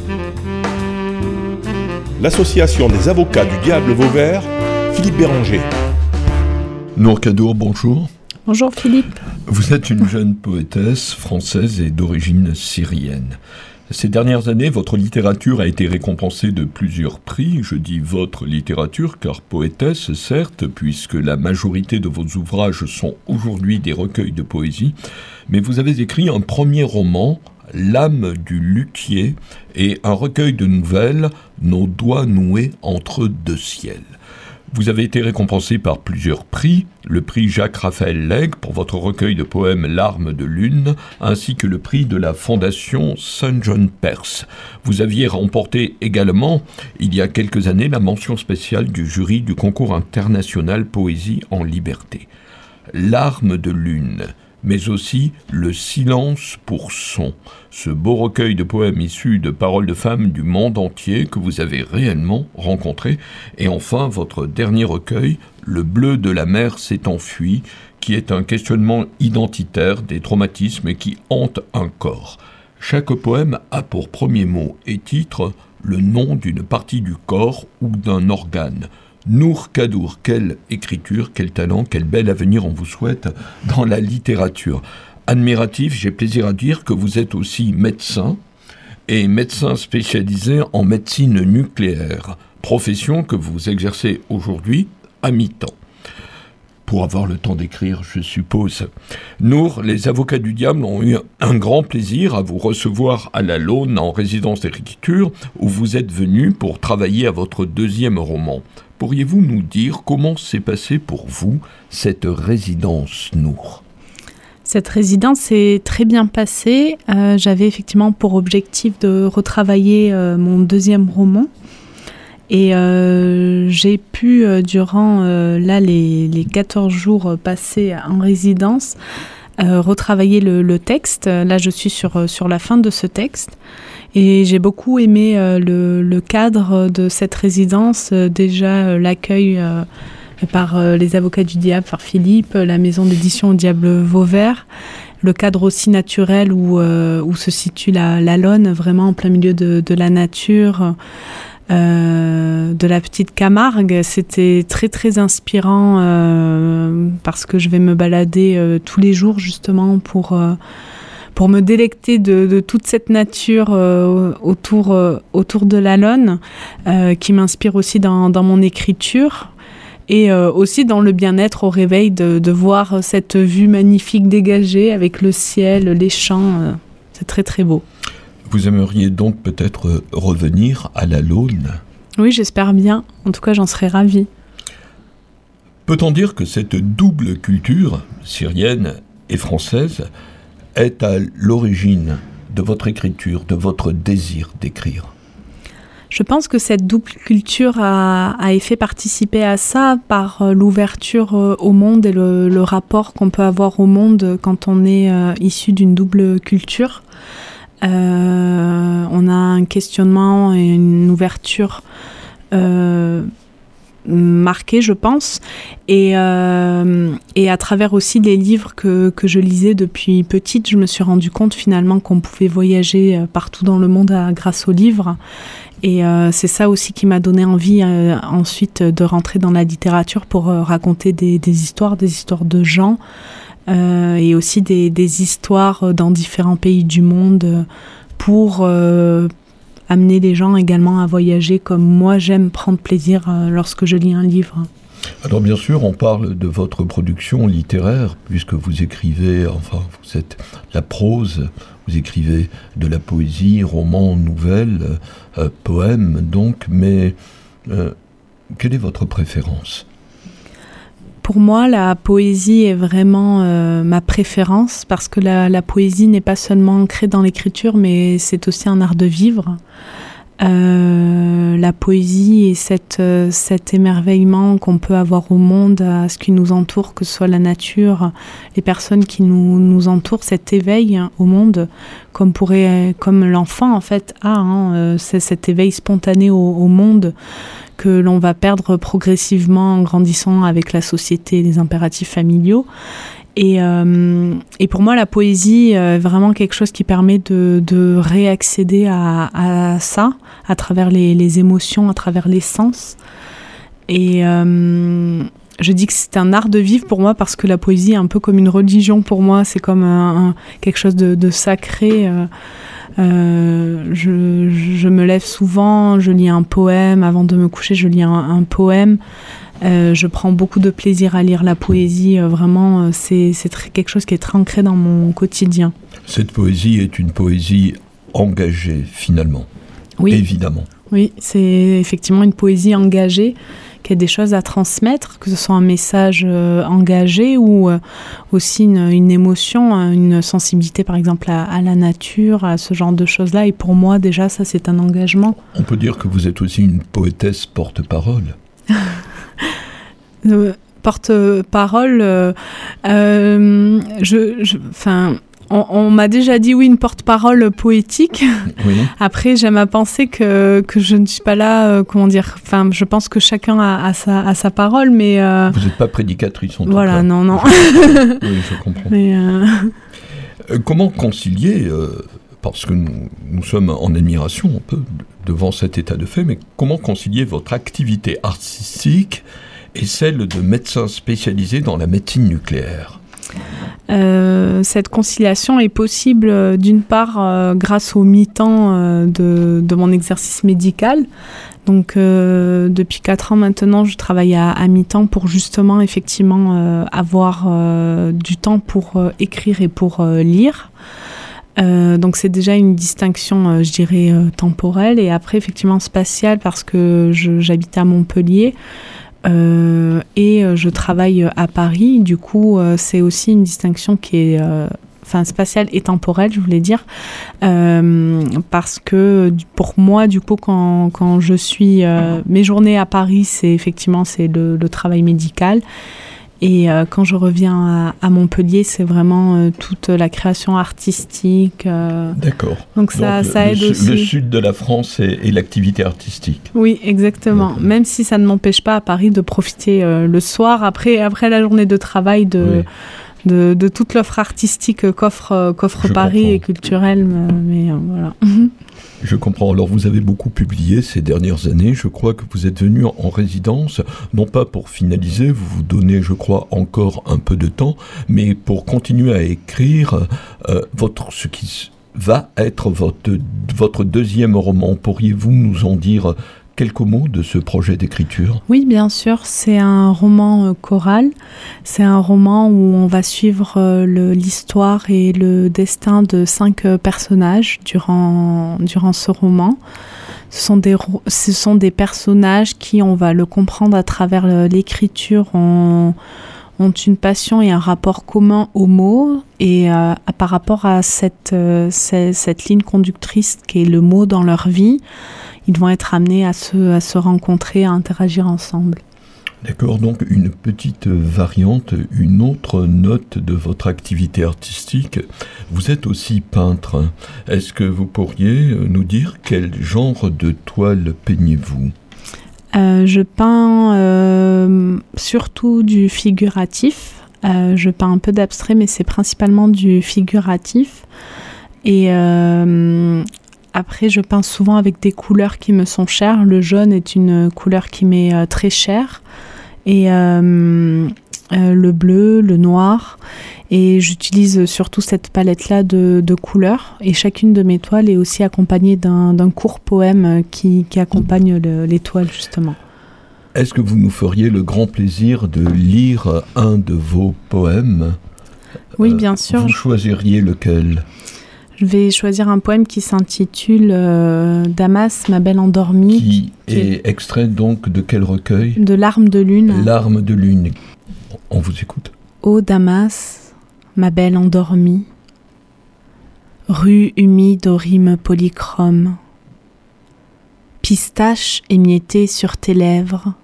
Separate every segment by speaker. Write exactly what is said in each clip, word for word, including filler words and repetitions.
Speaker 1: L'Association des avocats du diable Vauvert, Philippe Béranger.
Speaker 2: Nour Kadour, bonjour.
Speaker 3: Bonjour Philippe.
Speaker 2: Vous êtes une jeune poétesse française et d'origine syrienne. Ces dernières années, votre littérature a été récompensée de plusieurs prix. Je dis votre littérature, car poétesse, certes, puisque la majorité de vos ouvrages sont aujourd'hui des recueils de poésie, mais vous avez écrit un premier roman, L'âme du luthier, et un recueil de nouvelles, Nos doigts noués entre deux ciels. Vous avez été récompensé par plusieurs prix, le prix Jacques-Raphaël Lègue pour votre recueil de poèmes Larmes de lune, ainsi que le prix de la Fondation Saint John Perse. Vous aviez remporté également, il y a quelques années, la mention spéciale du jury du concours international Poésie en liberté. Larmes de lune, mais aussi Le silence pour son, ce beau recueil de poèmes issus de paroles de femmes du monde entier que vous avez réellement rencontré, et enfin votre dernier recueil, Le bleu de la mer s'est enfui, qui est un questionnement identitaire des traumatismes qui hantent un corps. Chaque poème a pour premier mot et titre le nom d'une partie du corps ou d'un organe. Nour Kadour, quelle écriture, quel talent, quel bel avenir on vous souhaite dans la littérature. Admiratif, j'ai plaisir à dire que vous êtes aussi médecin, et médecin spécialisé en médecine nucléaire, profession que vous exercez aujourd'hui à mi-temps. Pour avoir le temps d'écrire, je suppose. Nour, les avocats du diable ont eu un grand plaisir à vous recevoir à la Laune en résidence d'écriture, où vous êtes venu pour travailler à votre deuxième roman. Pourriez-vous nous dire comment s'est passée pour vous cette résidence, Nour ?
Speaker 3: Cette résidence s'est très bien passée. Euh, j'avais effectivement pour objectif de retravailler euh, mon deuxième roman. Et euh, j'ai pu, euh, durant euh, là, les, les quatorze jours passés en résidence, euh, retravailler le, le texte. Là, je suis sur, sur la fin de ce texte. Et j'ai beaucoup aimé euh, le, le cadre de cette résidence. Euh, déjà, euh, l'accueil euh, par euh, les avocats du diable, par Philippe, la maison d'édition au diable Vauvert. Le cadre aussi naturel où, euh, où se situe la, la Laune, vraiment en plein milieu de, de la nature. Euh, de la petite Camargue, c'était très très inspirant euh, parce que je vais me balader euh, tous les jours justement pour euh, pour me délecter de, de toute cette nature euh, autour euh, autour de la Laune euh, qui m'inspire aussi dans dans mon écriture et euh, aussi dans le bien-être au réveil de de voir cette vue magnifique dégagée avec le ciel, les champs, euh, c'est très très beau.
Speaker 2: Vous aimeriez donc peut-être revenir à la Laune ?
Speaker 3: Oui, j'espère bien. En tout cas, j'en serais ravie.
Speaker 2: Peut-on dire que cette double culture, syrienne et française, est à l'origine de votre écriture, de votre désir d'écrire ?
Speaker 3: Je pense que cette double culture a, a fait participer à ça par l'ouverture au monde et le, le rapport qu'on peut avoir au monde quand on est euh, issu d'une double culture. Euh, on a un questionnement et une ouverture euh, marquée, je pense, et, euh, et à travers aussi les livres que, que je lisais depuis petite, je me suis rendu compte finalement qu'on pouvait voyager partout dans le monde à, grâce aux livres, et euh, c'est ça aussi qui m'a donné envie euh, ensuite de rentrer dans la littérature pour euh, raconter des, des histoires, des histoires de gens, Euh, et aussi des, des histoires dans différents pays du monde pour euh, amener les gens également à voyager comme moi j'aime prendre plaisir euh, lorsque je lis un livre.
Speaker 2: Alors bien sûr, on parle de votre production littéraire puisque vous écrivez, enfin vous êtes la prose, vous écrivez de la poésie, romans, nouvelles, euh, poèmes donc, mais euh, quelle est votre préférence ?
Speaker 3: Pour moi, la poésie est vraiment euh, ma préférence parce que la, la poésie n'est pas seulement ancrée dans l'écriture, mais c'est aussi un art de vivre. Euh, la poésie et cette, euh, cet émerveillement qu'on peut avoir au monde, à ce qui nous entoure, que ce soit la nature, les personnes qui nous, nous entourent, cet éveil hein, au monde, comme, pourrait, comme l'enfant en fait a, hein, euh, c'est cet éveil spontané au, au monde que l'on va perdre progressivement en grandissant avec la société et les impératifs familiaux. Et, euh, et pour moi, la poésie est vraiment quelque chose qui permet de, de réaccéder à, à ça, à travers les, les émotions, à travers les sens. Et euh, je dis que c'est un art de vivre pour moi parce que la poésie est un peu comme une religion pour moi. C'est comme un, un, quelque chose de, de sacré. Euh, euh, je, je me lève souvent, je lis un poème. Avant de me coucher, je lis un, un poème. Euh, je prends beaucoup de plaisir à lire la poésie. Euh, vraiment, euh, c'est, c'est très, quelque chose qui est très ancré dans mon quotidien.
Speaker 2: Cette poésie est une poésie engagée, finalement.
Speaker 3: Oui.
Speaker 2: Évidemment.
Speaker 3: Oui, c'est effectivement une poésie engagée qui a des choses à transmettre, que ce soit un message euh, engagé ou euh, aussi une, une émotion, une sensibilité par exemple à, à la nature, à ce genre de choses-là. Et pour moi, déjà, ça, c'est un engagement.
Speaker 2: On peut dire que vous êtes aussi une poétesse porte-parole.
Speaker 3: euh, porte-parole, euh, euh, je, je, enfin... On, on m'a déjà dit oui, une porte-parole poétique.
Speaker 2: Oui.
Speaker 3: Après, j'aime à penser que, que je ne suis pas là, euh, comment dire, enfin, je pense que chacun a, a, sa, a sa parole, mais... Euh,
Speaker 2: Vous n'êtes pas prédicatrice en
Speaker 3: voilà,
Speaker 2: tout cas.
Speaker 3: non, non.
Speaker 2: Oui, je comprends.
Speaker 3: Mais euh...
Speaker 2: Euh, comment concilier, euh, parce que nous, nous sommes en admiration un peu devant cet état de fait, mais comment concilier votre activité artistique et celle de médecin spécialisé dans la médecine nucléaire ?
Speaker 3: Euh, cette conciliation est possible euh, d'une part euh, grâce au mi-temps euh, de, de mon exercice médical. Donc euh, depuis quatre ans maintenant, je travaille à, à mi-temps pour justement effectivement euh, avoir euh, du temps pour euh, écrire et pour euh, lire. Euh, donc c'est déjà une distinction, euh, je dirais, euh, temporelle et après effectivement spatiale parce que je, j'habite à Montpellier. Euh, et euh, je travaille à Paris, du coup euh, c'est aussi une distinction qui est euh, enfin spatiale et temporelle, je voulais dire, euh, parce que pour moi du coup quand, quand je suis euh, mes journées à Paris, c'est effectivement c'est le, le travail médical. Et euh, quand je reviens à, à Montpellier, c'est vraiment euh, toute la création artistique. Euh,
Speaker 2: D'accord.
Speaker 3: Donc ça,
Speaker 2: donc,
Speaker 3: ça
Speaker 2: le,
Speaker 3: aide
Speaker 2: le,
Speaker 3: aussi.
Speaker 2: Le sud de la France et, et l'activité artistique.
Speaker 3: Oui, exactement.
Speaker 2: D'accord.
Speaker 3: Même si ça ne m'empêche pas à Paris de profiter euh, le soir, après, après la journée de travail, de,
Speaker 2: Oui.
Speaker 3: de, de toute l'offre artistique qu'offre, qu'offre Paris
Speaker 2: comprends.
Speaker 3: et culturelle. Mais, mais euh, voilà.
Speaker 2: Je comprends. Alors, vous avez beaucoup publié ces dernières années. Je crois que vous êtes venu en résidence, non pas pour finaliser, vous vous donnez, je crois, encore un peu de temps, mais pour continuer à écrire euh, votre, ce qui va être votre, votre deuxième roman. Pourriez-vous nous en dire quelques mots de ce projet d'écriture ?
Speaker 3: Oui, bien sûr. C'est un roman euh, choral. C'est un roman où on va suivre euh, le, l'histoire et le destin de cinq euh, personnages durant, durant ce roman. Ce sont, des, ce sont des personnages qui, on va le comprendre à travers le, l'écriture, ont, ont une passion et un rapport commun aux mots. Et euh, par rapport à cette, euh, cette, cette ligne conductrice qui est le mot dans leur vie, ils vont être amenés à se, à se rencontrer, à interagir ensemble.
Speaker 2: D'accord, donc une petite variante, une autre note de votre activité artistique. Vous êtes aussi peintre. Est-ce que vous pourriez nous dire quel genre de toile peignez-vous ?
Speaker 3: euh, Je peins euh, surtout du figuratif. Euh, je peins un peu d'abstrait, mais c'est principalement du figuratif. Et... Euh, Après, je peins souvent avec des couleurs qui me sont chères. Le jaune est une couleur qui m'est euh, très chère. Et euh, euh, le bleu, le noir. Et j'utilise surtout cette palette-là de, de couleurs. Et chacune de mes toiles est aussi accompagnée d'un, d'un court poème qui, qui accompagne le, les toiles, justement.
Speaker 2: Est-ce que vous nous feriez le grand plaisir de lire un de vos poèmes ?
Speaker 3: Oui, bien sûr.
Speaker 2: Vous choisiriez lequel ?
Speaker 3: Je vais choisir un poème qui s'intitule euh, Damas, ma belle endormie.
Speaker 2: Qui, qui est, est extrait donc de quel recueil ?
Speaker 3: De Larmes de lune.
Speaker 2: Larmes de lune. On vous écoute.
Speaker 3: Ô Damas, ma belle endormie, rue humide aux rimes polychromes, pistache émiettée sur tes lèvres,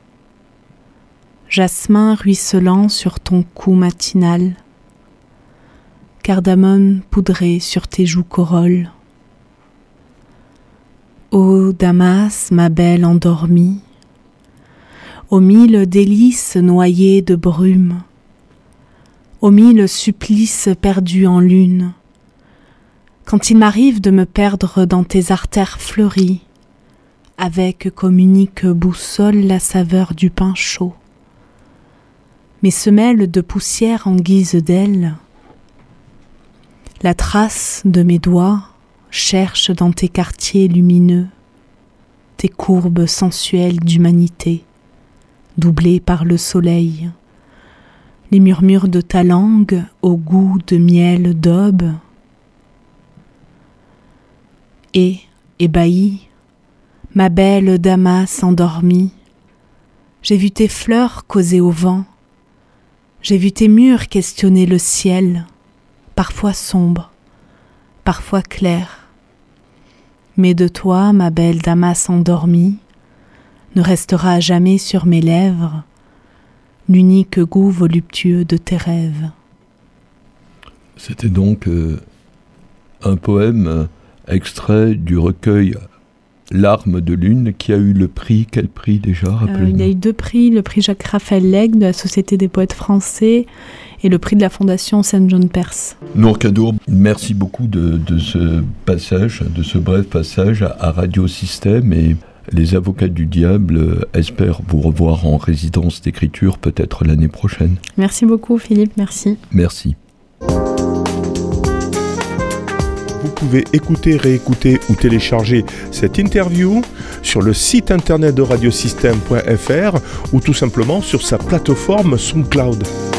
Speaker 3: jasmin ruisselant sur ton cou matinal, cardamome poudré sur tes joues corolles. Ô Damas, ma belle endormie, aux mille délices noyées de brume, aux mille supplices perdus en lune, quand il m'arrive de me perdre dans tes artères fleuries, avec comme unique boussole la saveur du pain chaud. Mes semelles de poussière en guise d'ailes, la trace de mes doigts cherche dans tes quartiers lumineux, tes courbes sensuelles d'humanité, doublées par le soleil, les murmures de ta langue au goût de miel d'aube. Et, ébahie, ma belle Damas endormie, j'ai vu tes fleurs causer au vent, j'ai vu tes murs questionner le ciel, parfois sombre, parfois clair. Mais de toi, ma belle Damas endormie, ne restera à jamais sur mes lèvres l'unique goût voluptueux de tes rêves.
Speaker 2: C'était donc euh, un poème euh, extrait du recueil Larmes de lune qui a eu le prix, quel prix déjà, rappelez-nous ?
Speaker 3: euh, Il y a eu deux prix, le prix Jacques-Raphaël Lègue de la Société des poètes français et le prix de la Fondation Saint John Perse.
Speaker 2: Nour Kadour, merci beaucoup de, de ce passage, de ce bref passage à, à Radio Système, et les Avocats du Diable espèrent vous revoir en résidence d'écriture peut-être l'année prochaine.
Speaker 3: Merci beaucoup Philippe, merci.
Speaker 2: Merci.
Speaker 1: Vous pouvez écouter, réécouter ou télécharger cette interview sur le site internet de radiosystème point f r ou tout simplement sur sa plateforme SoundCloud.